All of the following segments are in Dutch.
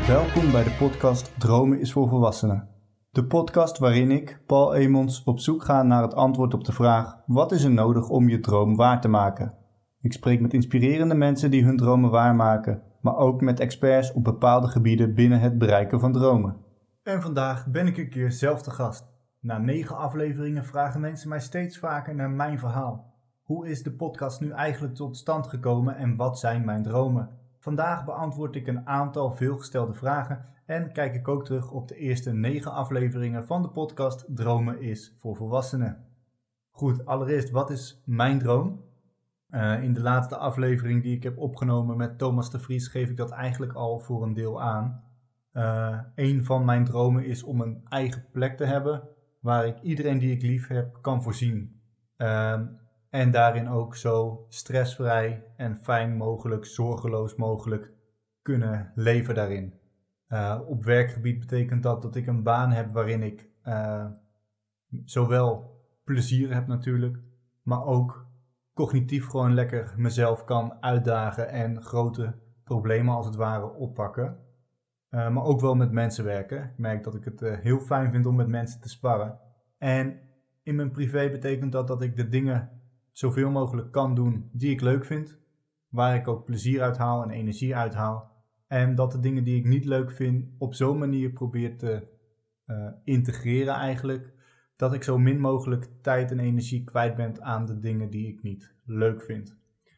Welkom bij de podcast Dromen is voor volwassenen. De podcast waarin ik, Paul Emons, op zoek ga naar het antwoord op de vraag: wat is er nodig om je droom waar te maken? Ik spreek met inspirerende mensen die hun dromen waarmaken, maar ook met experts op bepaalde gebieden binnen het bereiken van dromen. En vandaag ben ik een keer zelf te gast. Na 9 afleveringen vragen mensen mij steeds vaker naar mijn verhaal. Hoe is de podcast nu eigenlijk tot stand gekomen en wat zijn mijn dromen? Vandaag beantwoord ik een aantal veelgestelde vragen en kijk ik ook terug op de eerste 9 afleveringen van de podcast Dromen is voor volwassenen. Goed, allereerst, wat is mijn droom? In de laatste aflevering die ik heb opgenomen met Thomas de Vries geef ik dat eigenlijk al voor een deel aan. Een van mijn dromen is om een eigen plek te hebben waar ik iedereen die ik lief heb kan voorzien. En daarin ook zo stressvrij en fijn mogelijk, zorgeloos mogelijk kunnen leven daarin. Op werkgebied betekent dat ik een baan heb waarin ik zowel plezier heb natuurlijk, maar ook cognitief gewoon lekker mezelf kan uitdagen en grote problemen als het ware oppakken. Maar ook wel met mensen werken. Ik merk dat ik het heel fijn vind om met mensen te sparren. En in mijn privé betekent dat ik de dingen zoveel mogelijk kan doen die ik leuk vind. Waar ik ook plezier uit haal en energie uit haal. En dat de dingen die ik niet leuk vind op zo'n manier probeer te integreren eigenlijk. Dat ik zo min mogelijk tijd en energie kwijt ben aan de dingen die ik niet leuk vind.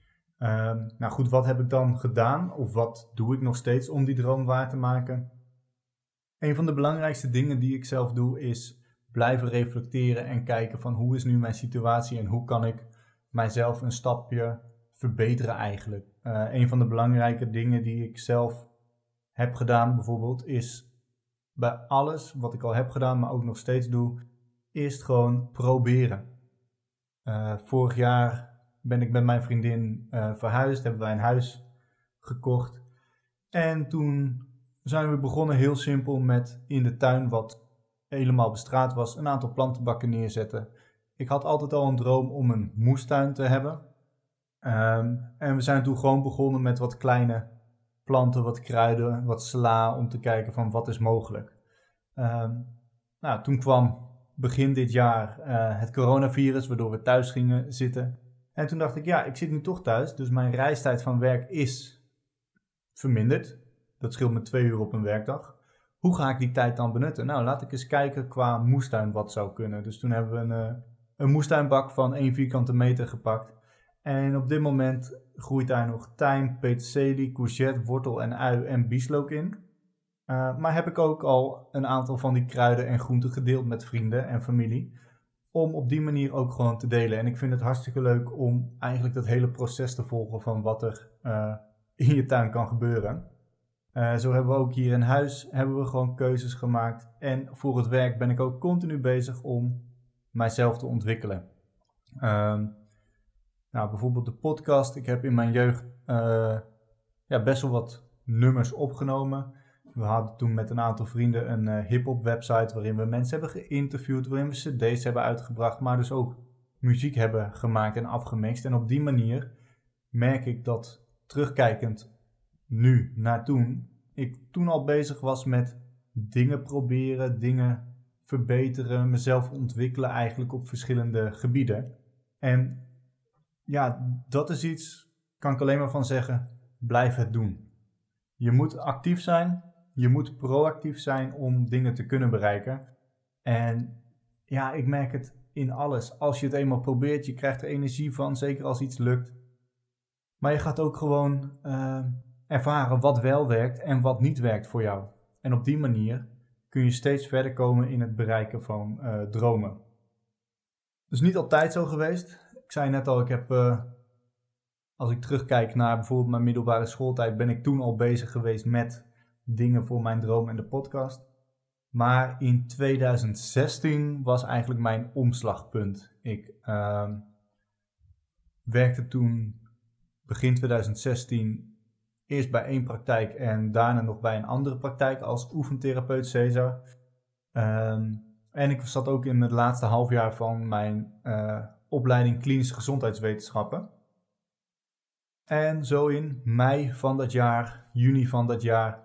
Nou goed, wat heb ik dan gedaan? Of wat doe ik nog steeds om die droom waar te maken? Een van de belangrijkste dingen die ik zelf doe is blijven reflecteren en kijken van hoe is nu mijn situatie en hoe kan ik mijzelf een stapje verbeteren eigenlijk. Een van de belangrijke dingen die ik zelf heb gedaan bijvoorbeeld is bij alles wat ik al heb gedaan, maar ook nog steeds doe, eerst gewoon proberen. Vorig jaar ben ik met mijn vriendin verhuisd, hebben wij een huis gekocht. En toen zijn we begonnen heel simpel met in de tuin wat helemaal bestraat was, een aantal plantenbakken neerzetten. Ik had altijd al een droom om een moestuin te hebben. En we zijn toen gewoon begonnen met wat kleine planten, wat kruiden, wat sla, om te kijken van wat is mogelijk. Toen kwam begin dit jaar het coronavirus, waardoor we thuis gingen zitten. En toen dacht ik, ja, ik zit nu toch thuis, dus mijn reistijd van werk is verminderd. Dat scheelt me 2 uur op een werkdag. Hoe ga ik die tijd dan benutten? Nou, laat ik eens kijken qua moestuin wat zou kunnen. Dus toen hebben we een moestuinbak van 1 vierkante meter gepakt. En op dit moment groeit daar nog tijm, peterselie, courgette, wortel en ui en bieslook in. Maar heb ik ook al een aantal van die kruiden en groenten gedeeld met vrienden en familie. Om op die manier ook gewoon te delen. En ik vind het hartstikke leuk om eigenlijk dat hele proces te volgen van wat er in je tuin kan gebeuren. Zo hebben we ook hier in huis gewoon keuzes gemaakt. En voor het werk ben ik ook continu bezig om mijzelf te ontwikkelen. Bijvoorbeeld de podcast. Ik heb in mijn jeugd best wel wat nummers opgenomen. We hadden toen met een aantal vrienden een hip-hop website waarin we mensen hebben geïnterviewd, waarin we cd's hebben uitgebracht, maar dus ook muziek hebben gemaakt en afgemixt. En op die manier merk ik dat terugkijkend nu naar toen, ik toen al bezig was met dingen proberen, dingen verbeteren, mezelf ontwikkelen eigenlijk op verschillende gebieden. En ja, dat is iets, kan ik alleen maar van zeggen, blijf het doen. Je moet actief zijn. Je moet proactief zijn om dingen te kunnen bereiken. En ja, ik merk het in alles. Als je het eenmaal probeert, je krijgt er energie van, zeker als iets lukt. Maar je gaat ook gewoon ervaren wat wel werkt en wat niet werkt voor jou. En op die manier kun je steeds verder komen in het bereiken van dromen. Dat is niet altijd zo geweest. Ik zei net al, ik heb, als ik terugkijk naar bijvoorbeeld mijn middelbare schooltijd, ben ik toen al bezig geweest met dingen voor mijn droom en de podcast. Maar in 2016 was eigenlijk mijn omslagpunt. Ik werkte toen begin 2016 eerst bij 1 praktijk en daarna nog bij een andere praktijk als oefentherapeut Cesar. En ik zat ook in het laatste halfjaar van mijn opleiding klinische gezondheidswetenschappen. En zo in mei van dat jaar, juni van dat jaar,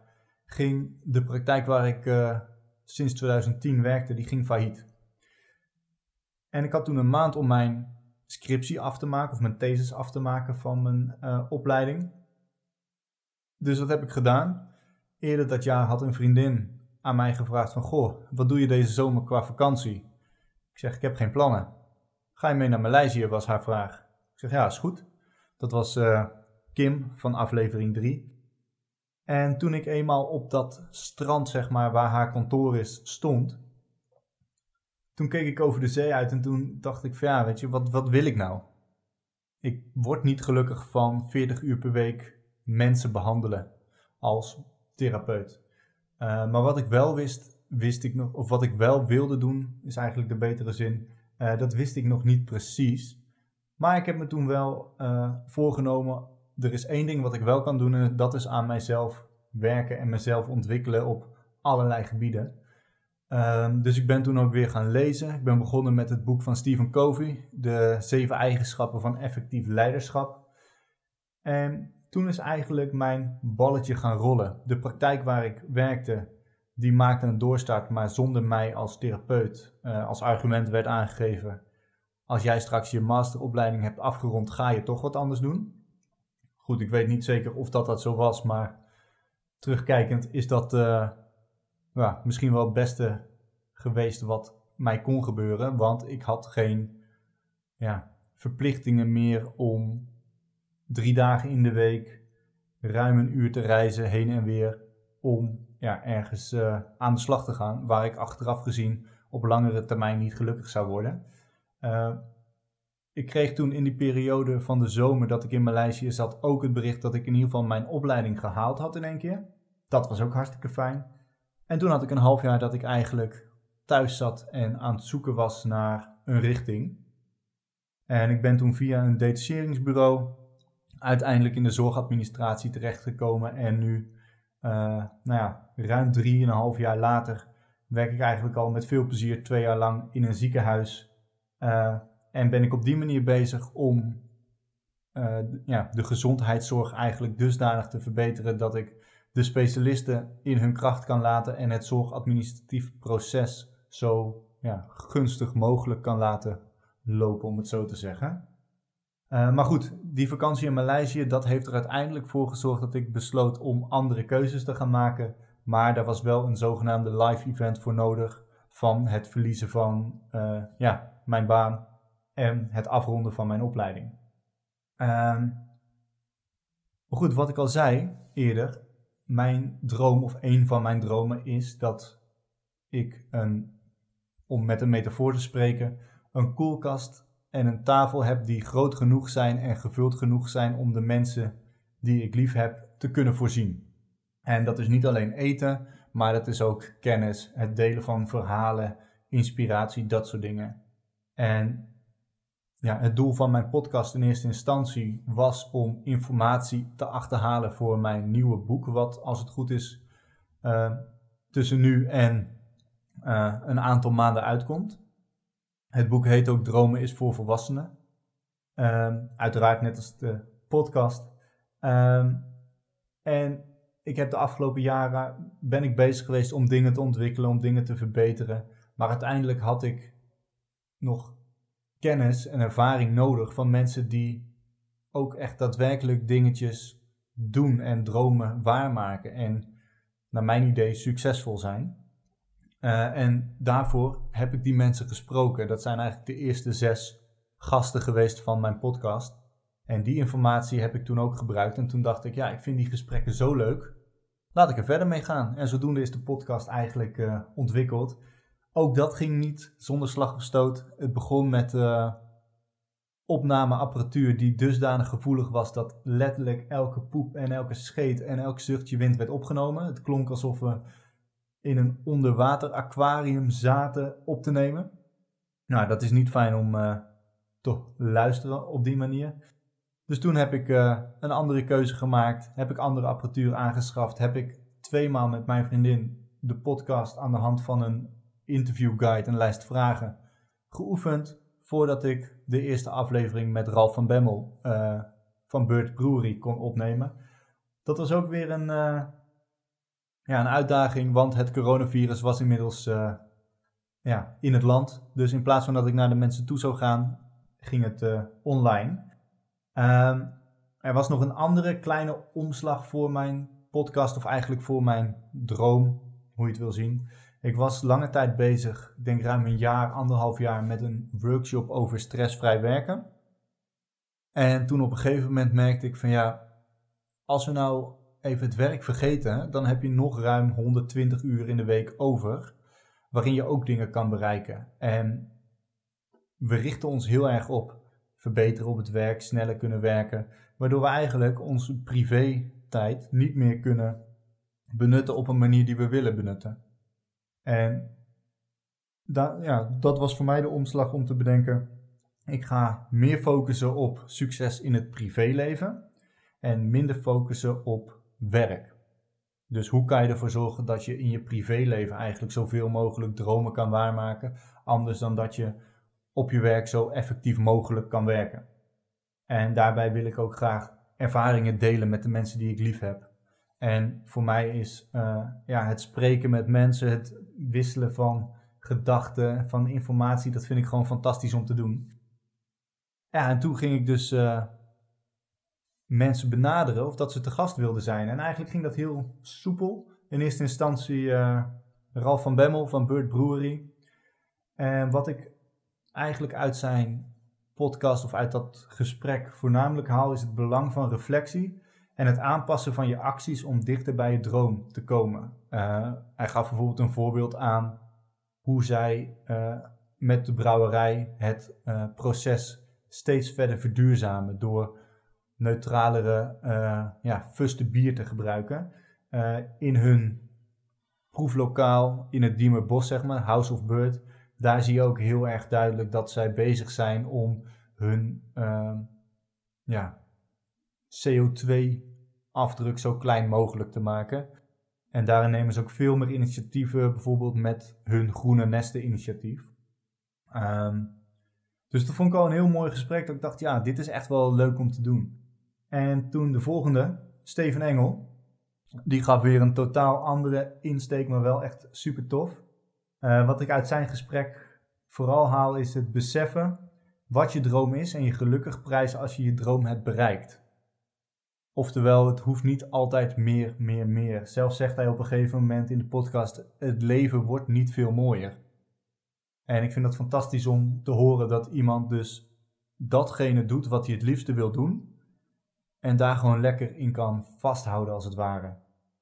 ging de praktijk waar ik sinds 2010 werkte, die ging failliet. En ik had toen een maand om mijn scriptie af te maken, of mijn thesis af te maken van mijn opleiding. Dus dat heb ik gedaan. Eerder dat jaar had een vriendin aan mij gevraagd van, goh, wat doe je deze zomer qua vakantie? Ik zeg, ik heb geen plannen. Ga je mee naar Maleisië, was haar vraag. Ik zeg, ja, is goed. Dat was Kim van aflevering 3. En toen ik eenmaal op dat strand, zeg maar, waar haar kantoor is, stond, toen keek ik over de zee uit en toen dacht ik van, ja, weet je, wat wil ik nou? Ik word niet gelukkig van 40 uur per week mensen behandelen als therapeut. Maar wat ik wel wist ik nog, of wat ik wel wilde doen, is eigenlijk de betere zin, dat wist ik nog niet precies. Maar ik heb me toen wel voorgenomen, er is één ding wat ik wel kan doen en dat is aan mijzelf werken en mezelf ontwikkelen op allerlei gebieden. Dus ik ben toen ook weer gaan lezen. Ik ben begonnen met het boek van Stephen Covey, De 7 eigenschappen van effectief leiderschap. En toen is eigenlijk mijn balletje gaan rollen. De praktijk waar ik werkte, die maakte een doorstart, maar zonder mij als therapeut. Als argument werd aangegeven, als jij straks je masteropleiding hebt afgerond, ga je toch wat anders doen. Goed, ik weet niet zeker of dat zo was, maar terugkijkend is dat misschien wel het beste geweest wat mij kon gebeuren. Want ik had geen verplichtingen meer om 3 dagen in de week ruim een uur te reizen heen en weer om ergens aan de slag te gaan, waar ik achteraf gezien op langere termijn niet gelukkig zou worden. Ik kreeg toen in die periode van de zomer dat ik in Maleisië zat ook het bericht dat ik in ieder geval mijn opleiding gehaald had in één keer. Dat was ook hartstikke fijn. En toen had ik een half jaar dat ik eigenlijk thuis zat en aan het zoeken was naar een richting. En ik ben toen via een detacheringsbureau uiteindelijk in de zorgadministratie terechtgekomen. En nu, ruim 3,5 jaar later, werk ik eigenlijk al met veel plezier 2 jaar lang in een ziekenhuis. En ben ik op die manier bezig om de gezondheidszorg eigenlijk dusdanig te verbeteren dat ik de specialisten in hun kracht kan laten en het zorgadministratief proces zo gunstig mogelijk kan laten lopen, om het zo te zeggen. Maar goed, die vakantie in Maleisië, dat heeft er uiteindelijk voor gezorgd dat ik besloot om andere keuzes te gaan maken. Maar daar was wel een zogenaamde live event voor nodig van het verliezen van mijn baan en het afronden van mijn opleiding. Maar goed, wat ik al zei eerder, mijn droom of een van mijn dromen is dat ik om met een metafoor te spreken, een koelkast en een tafel heb die groot genoeg zijn en gevuld genoeg zijn om de mensen die ik lief heb te kunnen voorzien. En dat is niet alleen eten, maar dat is ook kennis, het delen van verhalen, inspiratie, dat soort dingen. En het doel van mijn podcast in eerste instantie was om informatie te achterhalen voor mijn nieuwe boek, wat als het goed is tussen nu en een aantal maanden uitkomt. Het boek heet ook Dromen is voor volwassenen. Uiteraard net als de podcast. En ik heb de afgelopen jaren ben ik bezig geweest om dingen te ontwikkelen, om dingen te verbeteren. Maar uiteindelijk had ik nog kennis en ervaring nodig van mensen die ook echt daadwerkelijk dingetjes doen en dromen waarmaken. En naar mijn idee succesvol zijn. En daarvoor heb ik die mensen gesproken. Dat zijn eigenlijk de eerste 6 gasten geweest van mijn podcast. En die informatie heb ik toen ook gebruikt. En toen dacht ik, ik vind die gesprekken zo leuk. Laat ik er verder mee gaan. En zodoende is de podcast eigenlijk ontwikkeld. Ook dat ging niet zonder slag of stoot. Het begon met opnameapparatuur die dusdanig gevoelig was dat letterlijk elke poep en elke scheet en elk zuchtje wind werd opgenomen. Het klonk alsof we in een onderwater aquarium zaten op te nemen. Nou, dat is niet fijn om te luisteren op die manier. Dus toen heb ik een andere keuze gemaakt. Heb ik andere apparatuur aangeschaft. Heb ik 2 maal met mijn vriendin de podcast aan de hand van een interviewguide, een lijst vragen, geoefend. Voordat ik de eerste aflevering met Ralf van Bemmel van Bird Brewery kon opnemen. Dat was ook weer Ja, een uitdaging, want het coronavirus was inmiddels in het land. Dus in plaats van dat ik naar de mensen toe zou gaan, ging het online. Er was nog een andere kleine omslag voor mijn podcast, of eigenlijk voor mijn droom, hoe je het wil zien. Ik was lange tijd bezig, ik denk ruim een jaar, 1,5 jaar, met een workshop over stressvrij werken. En toen op een gegeven moment merkte ik van ja, als we nou even het werk vergeten, dan heb je nog ruim 120 uur in de week over, waarin je ook dingen kan bereiken. En we richten ons heel erg op verbeteren op het werk, sneller kunnen werken, waardoor we eigenlijk onze privé-tijd niet meer kunnen benutten op een manier die we willen benutten. En dat was voor mij de omslag om te bedenken, ik ga meer focussen op succes in het privéleven en minder focussen op werk. Dus hoe kan je ervoor zorgen dat je in je privéleven eigenlijk zoveel mogelijk dromen kan waarmaken, anders dan dat je op je werk zo effectief mogelijk kan werken. En daarbij wil ik ook graag ervaringen delen met de mensen die ik lief heb. En voor mij is het spreken met mensen, het wisselen van gedachten, van informatie, dat vind ik gewoon fantastisch om te doen. Ja, en toen ging ik dus mensen benaderen of dat ze te gast wilden zijn. En eigenlijk ging dat heel soepel. In eerste instantie Ralf van Bemmel van Bird Brewery. En wat ik eigenlijk uit zijn podcast of uit dat gesprek voornamelijk haal, is het belang van reflectie en het aanpassen van je acties om dichter bij je droom te komen. Hij gaf bijvoorbeeld een voorbeeld aan hoe zij met de brouwerij het proces steeds verder verduurzamen door neutralere fuste bier te gebruiken. In hun proeflokaal in het Diemerbos, zeg maar, House of Bird, daar zie je ook heel erg duidelijk dat zij bezig zijn om hun CO2-afdruk zo klein mogelijk te maken. En daarin nemen ze ook veel meer initiatieven, bijvoorbeeld met hun Groene Nesten initiatief. Dus dat vond ik al een heel mooi gesprek, dat ik dacht, ja, dit is echt wel leuk om te doen. En toen de volgende, Steven Engel, die gaf weer een totaal andere insteek, maar wel echt super tof. Wat ik uit zijn gesprek vooral haal, is het beseffen wat je droom is en je gelukkig prijzen als je je droom hebt bereikt. Oftewel, het hoeft niet altijd meer. Zelf zegt hij op een gegeven moment in de podcast, het leven wordt niet veel mooier. En ik vind dat fantastisch om te horen dat iemand dus datgene doet wat hij het liefste wil doen. En daar gewoon lekker in kan vasthouden als het ware.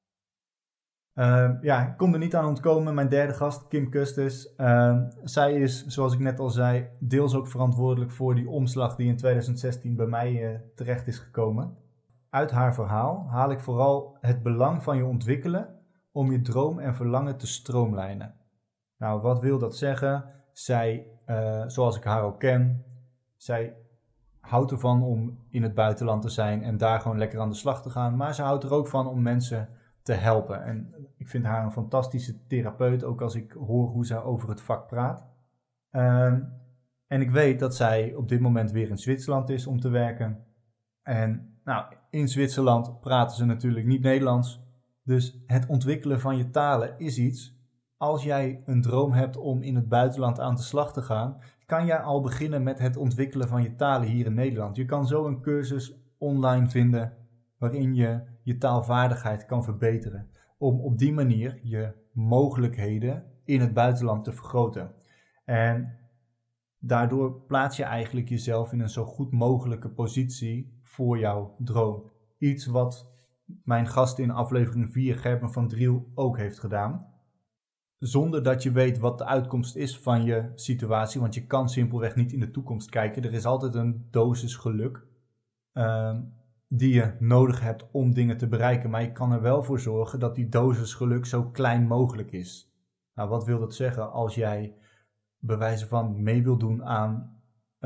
Ik kon er niet aan ontkomen. Mijn derde gast, Kim Custis. Zij is, zoals ik net al zei, deels ook verantwoordelijk voor die omslag die in 2016 bij mij terecht is gekomen. Uit haar verhaal haal ik vooral het belang van je ontwikkelen om je droom en verlangen te stroomlijnen. Nou, wat wil dat zeggen? Zij, zoals ik haar ook ken, zij houdt ervan om in het buitenland te zijn en daar gewoon lekker aan de slag te gaan. Maar ze houdt er ook van om mensen te helpen. En ik vind haar een fantastische therapeut, ook als ik hoor hoe zij over het vak praat. En ik weet dat zij op dit moment weer in Zwitserland is om te werken. En in Zwitserland praten ze natuurlijk niet Nederlands. Dus het ontwikkelen van je talen is iets. Als jij een droom hebt om in het buitenland aan de slag te gaan, kan jij al beginnen met het ontwikkelen van je talen hier in Nederland. Je kan zo een cursus online vinden waarin je je taalvaardigheid kan verbeteren. Om op die manier je mogelijkheden in het buitenland te vergroten. En daardoor plaats je eigenlijk jezelf in een zo goed mogelijke positie voor jouw droom. Iets wat mijn gast in aflevering 4, Gerben van Driel, ook heeft gedaan. Zonder dat je weet wat de uitkomst is van je situatie, want je kan simpelweg niet in de toekomst kijken. Er is altijd een dosis geluk die je nodig hebt om dingen te bereiken. Maar je kan er wel voor zorgen dat die dosis geluk zo klein mogelijk is. Nou, wat wil dat zeggen? Als jij bij wijze van mee wil doen aan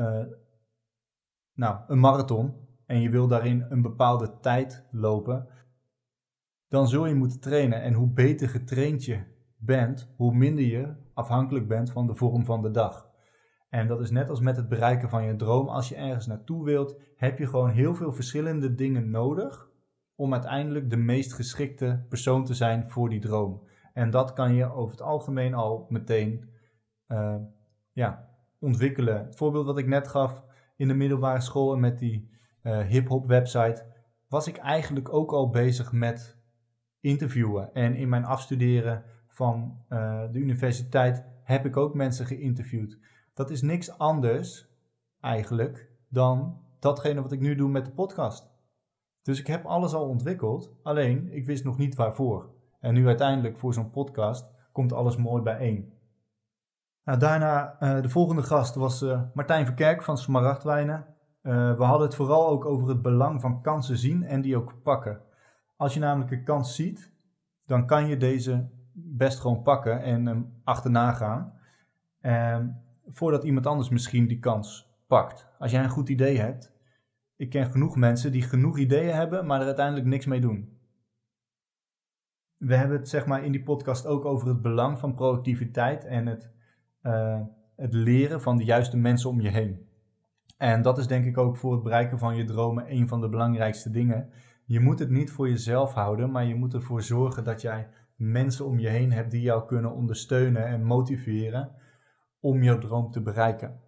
een marathon en je wil daarin een bepaalde tijd lopen, dan zul je moeten trainen. En hoe beter getraind je bent, hoe minder je afhankelijk bent van de vorm van de dag. En dat is net als met het bereiken van je droom. Als je ergens naartoe wilt, heb je gewoon heel veel verschillende dingen nodig om uiteindelijk de meest geschikte persoon te zijn voor die droom. En dat kan je over het algemeen al meteen ontwikkelen. Het voorbeeld wat ik net gaf in de middelbare school en met die hip-hop website, was ik eigenlijk ook al bezig met interviewen. En in mijn afstuderen van de universiteit heb ik ook mensen geïnterviewd. Dat is niks anders eigenlijk dan datgene wat ik nu doe met de podcast. Dus ik heb alles al ontwikkeld, alleen ik wist nog niet waarvoor. En nu uiteindelijk voor zo'n podcast komt alles mooi bijeen. Nou, daarna de volgende gast was Martijn Verkerk van Smaragdwijnen. We hadden het vooral ook over het belang van kansen zien en die ook pakken. Als je namelijk een kans ziet, dan kan je deze best gewoon pakken en hem achterna gaan. Voordat iemand anders misschien die kans pakt. Als jij een goed idee hebt. Ik ken genoeg mensen die genoeg ideeën hebben, maar er uiteindelijk niks mee doen. We hebben het in die podcast ook over het belang van proactiviteit en het leren van de juiste mensen om je heen. En dat is denk ik ook voor het bereiken van je dromen een van de belangrijkste dingen. Je moet het niet voor jezelf houden, maar je moet ervoor zorgen dat jij mensen om je heen hebt die jou kunnen ondersteunen en motiveren om jouw droom te bereiken.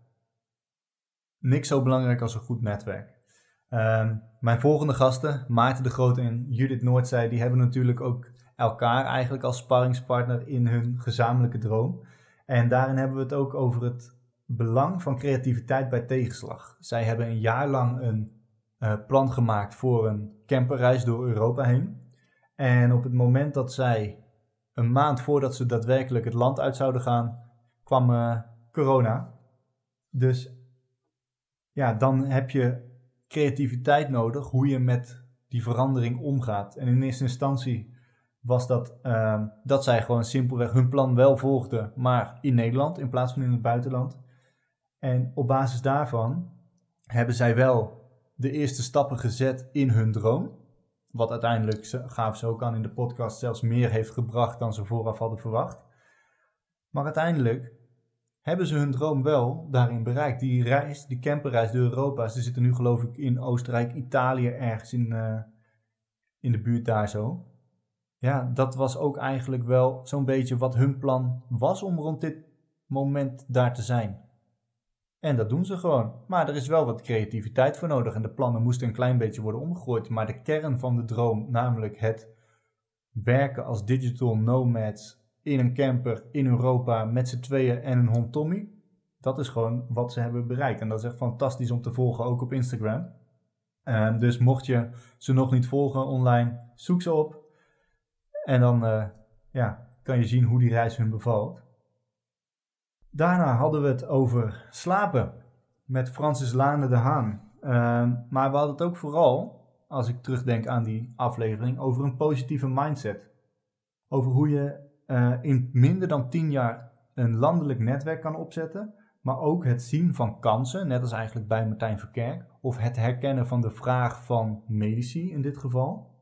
Niks zo belangrijk als een goed netwerk. Mijn volgende gasten, Maarten de Groot en Judith Noordzij, die hebben natuurlijk ook elkaar eigenlijk als sparringspartner in hun gezamenlijke droom. En daarin hebben we het ook over het belang van creativiteit bij tegenslag. Zij hebben een jaar lang een plan gemaakt voor een camperreis door Europa heen. En op het moment dat zij, een maand voordat ze daadwerkelijk het land uit zouden gaan, kwam corona. Dus ja, dan heb je creativiteit nodig, hoe je met die verandering omgaat. En in eerste instantie was dat zij gewoon simpelweg hun plan wel volgden, maar in Nederland in plaats van in het buitenland. En op basis daarvan hebben zij wel de eerste stappen gezet in hun droom. Wat uiteindelijk, gaven ze ook aan in de podcast, zelfs meer heeft gebracht dan ze vooraf hadden verwacht. Maar uiteindelijk hebben ze hun droom wel daarin bereikt. Die reis, die camperreis door Europa, ze zitten nu geloof ik in Oostenrijk, Italië, ergens in de buurt daar zo. Ja, dat was ook eigenlijk wel zo'n beetje wat hun plan was om rond dit moment daar te zijn. En dat doen ze gewoon. Maar er is wel wat creativiteit voor nodig en de plannen moesten een klein beetje worden omgegooid. Maar de kern van de droom, namelijk het werken als digital nomads in een camper in Europa met z'n tweeën en een hond Tommy, dat is gewoon wat ze hebben bereikt. En dat is echt fantastisch om te volgen, ook op Instagram. Dus mocht je ze nog niet volgen online, zoek ze op. En dan kan je zien hoe die reis hun bevalt. Daarna hadden we het over slapen met Francis Lane de Haan. Maar we hadden het ook vooral, als ik terugdenk aan die aflevering, over een positieve mindset. Over hoe je in minder dan 10 jaar een landelijk netwerk kan opzetten, maar ook het zien van kansen, net als eigenlijk bij Martijn Verkerk, of het herkennen van de vraag van medici in dit geval.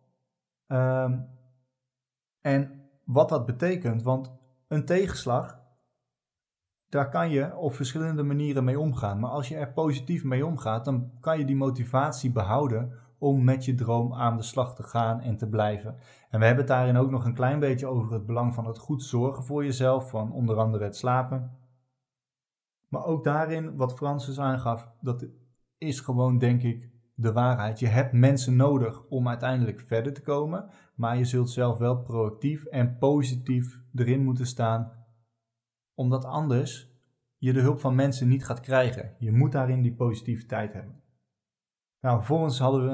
En wat dat betekent, want een tegenslag, daar kan je op verschillende manieren mee omgaan. Maar als je er positief mee omgaat, dan kan je die motivatie behouden om met je droom aan de slag te gaan en te blijven. En we hebben het daarin ook nog een klein beetje over het belang van het goed zorgen voor jezelf, van onder andere het slapen. Maar ook daarin, wat Francis aangaf, dat is gewoon denk ik de waarheid. Je hebt mensen nodig om uiteindelijk verder te komen, maar je zult zelf wel proactief en positief erin moeten staan, omdat anders je de hulp van mensen niet gaat krijgen. Je moet daarin die positiviteit hebben. Nou, vervolgens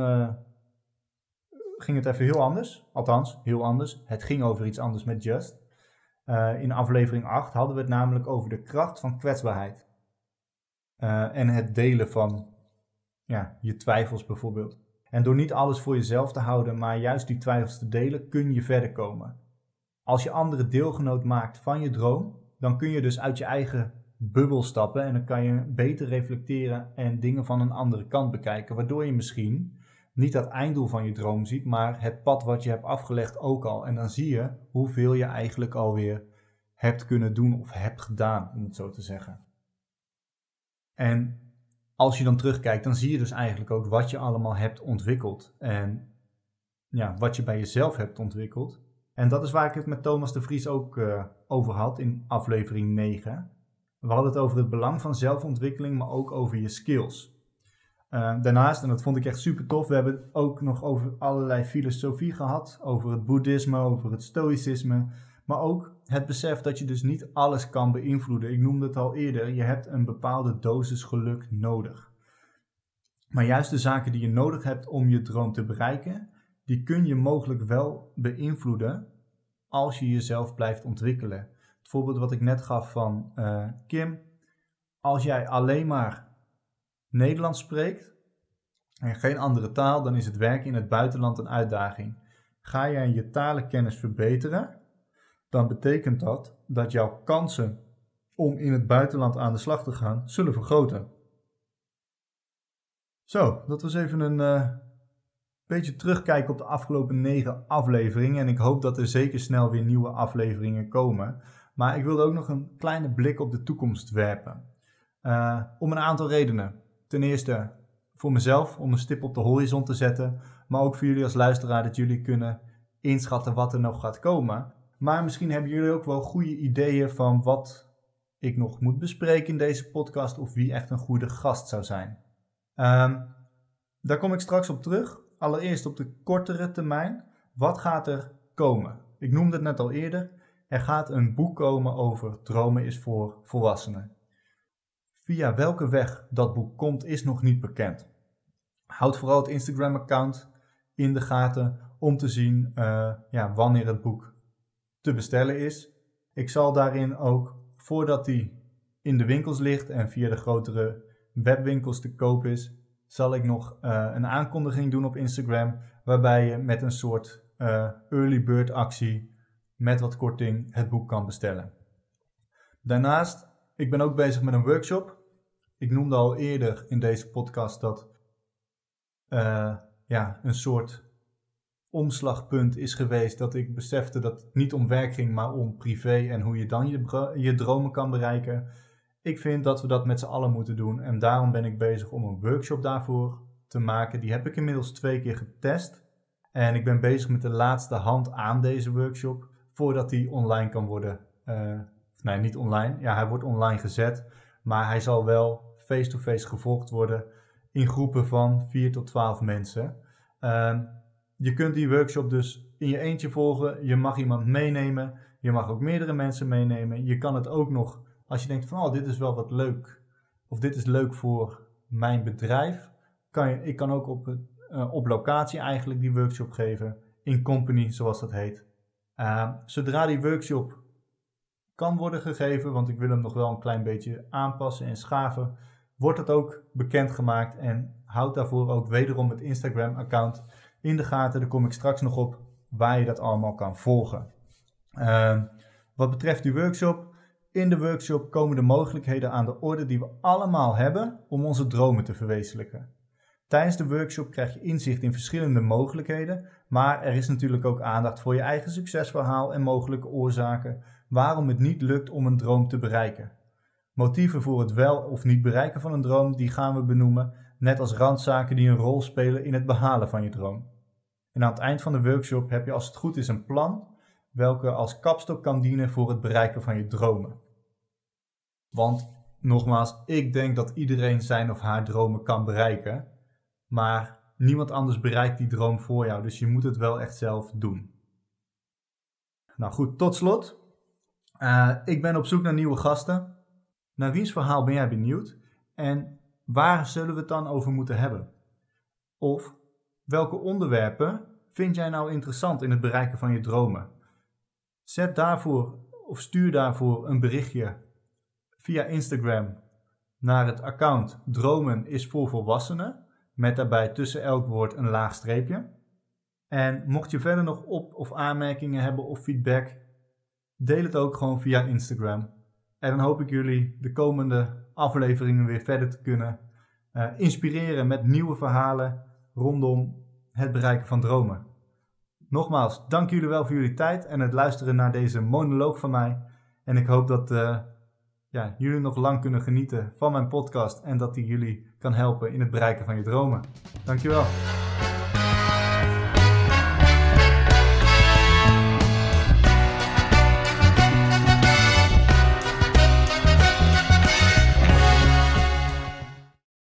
ging het even heel anders. Althans, heel anders. Het ging over iets anders met Just. In aflevering 8 hadden we het namelijk over de kracht van kwetsbaarheid. En het delen van je twijfels bijvoorbeeld. En door niet alles voor jezelf te houden, maar juist die twijfels te delen, kun je verder komen. Als je anderen deelgenoot maakt van je droom, dan kun je dus uit je eigen bubbel stappen en dan kan je beter reflecteren en dingen van een andere kant bekijken, waardoor je misschien niet dat einddoel van je droom ziet, maar het pad wat je hebt afgelegd ook al. En dan zie je hoeveel je eigenlijk alweer hebt kunnen doen of hebt gedaan, om het zo te zeggen. En als je dan terugkijkt, dan zie je dus eigenlijk ook wat je allemaal hebt ontwikkeld. En wat je bij jezelf hebt ontwikkeld. En dat is waar ik het met Thomas de Vries ook over had in aflevering 9. We hadden het over het belang van zelfontwikkeling, maar ook over je skills. Daarnaast, en dat vond ik echt super tof, we hebben het ook nog over allerlei filosofie gehad. Over het boeddhisme, over het stoïcisme. Maar ook het besef dat je dus niet alles kan beïnvloeden. Ik noemde het al eerder, je hebt een bepaalde dosis geluk nodig. Maar juist de zaken die je nodig hebt om je droom te bereiken, die kun je mogelijk wel beïnvloeden als je jezelf blijft ontwikkelen. Het voorbeeld wat ik net gaf van Kim. Als jij alleen maar Nederlands spreekt en geen andere taal, dan is het werken in het buitenland een uitdaging. Ga jij je talenkennis verbeteren, dan betekent dat jouw kansen om in het buitenland aan de slag te gaan, zullen vergroten. Zo, dat was even een beetje terugkijken op de afgelopen 9 afleveringen. En ik hoop dat er zeker snel weer nieuwe afleveringen komen. Maar ik wilde ook nog een kleine blik op de toekomst werpen. Om een aantal redenen. Ten eerste voor mezelf, om een stip op de horizon te zetten. Maar ook voor jullie als luisteraar, dat jullie kunnen inschatten wat er nog gaat komen. Maar misschien hebben jullie ook wel goede ideeën van wat ik nog moet bespreken in deze podcast. Of wie echt een goede gast zou zijn. Daar kom ik straks op terug. Allereerst op de kortere termijn. Wat gaat er komen? Ik noemde het net al eerder. Er gaat een boek komen over dromen is voor volwassenen. Via welke weg dat boek komt is nog niet bekend. Houd vooral het Instagram-account in de gaten om te zien wanneer het boek te bestellen is. Ik zal daarin ook, voordat die in de winkels ligt en via de grotere webwinkels te koop is, zal ik nog een aankondiging doen op Instagram, waarbij je met een soort early bird actie met wat korting het boek kan bestellen. Daarnaast, ik ben ook bezig met een workshop. Ik noemde al eerder in deze podcast dat een soort omslagpunt is geweest dat ik besefte dat het niet om werk ging, maar om privé en hoe je dan je dromen kan bereiken. Ik vind dat we dat met z'n allen moeten doen en daarom ben ik bezig om een workshop daarvoor te maken. Die heb ik inmiddels 2 keer getest en ik ben bezig met de laatste hand aan deze workshop voordat die online kan worden. Niet online. Ja, hij wordt online gezet, maar hij zal wel face-to-face gevolgd worden in groepen van 4 tot 12 mensen. Je kunt die workshop dus in je eentje volgen. Je mag iemand meenemen. Je mag ook meerdere mensen meenemen. Je kan het ook nog, als je denkt van dit is wel wat leuk, of dit is leuk voor mijn bedrijf, ik kan ook op locatie eigenlijk die workshop geven, in company zoals dat heet. Zodra die workshop kan worden gegeven, want ik wil hem nog wel een klein beetje aanpassen en schaven, wordt het ook bekendgemaakt en houd daarvoor ook wederom het Instagram-account in de gaten. Daar kom ik straks nog op waar je dat allemaal kan volgen. Wat betreft die workshop, in de workshop komen de mogelijkheden aan de orde die we allemaal hebben om onze dromen te verwezenlijken. Tijdens de workshop krijg je inzicht in verschillende mogelijkheden, maar er is natuurlijk ook aandacht voor je eigen succesverhaal en mogelijke oorzaken waarom het niet lukt om een droom te bereiken. Motieven voor het wel of niet bereiken van een droom, die gaan we benoemen, net als randzaken die een rol spelen in het behalen van je droom. En aan het eind van de workshop heb je als het goed is een plan, welke als kapstok kan dienen voor het bereiken van je dromen. Want, nogmaals, ik denk dat iedereen zijn of haar dromen kan bereiken, maar niemand anders bereikt die droom voor jou, dus je moet het wel echt zelf doen. Nou goed, tot slot. Ik ben op zoek naar nieuwe gasten. Naar wiens verhaal ben jij benieuwd? En waar zullen we het dan over moeten hebben? Of welke onderwerpen vind jij nou interessant in het bereiken van je dromen? Zet daarvoor of stuur daarvoor een berichtje via Instagram naar het account Dromen is voor volwassenen, met daarbij tussen elk woord een laag streepje. En mocht je verder nog op- of aanmerkingen hebben of feedback, deel het ook gewoon via Instagram. En dan hoop ik jullie de komende afleveringen weer verder te kunnen inspireren met nieuwe verhalen rondom het bereiken van dromen. Nogmaals, dank jullie wel voor jullie tijd en het luisteren naar deze monoloog van mij. En ik hoop dat jullie nog lang kunnen genieten van mijn podcast en dat die jullie kan helpen in het bereiken van je dromen. Dankjewel.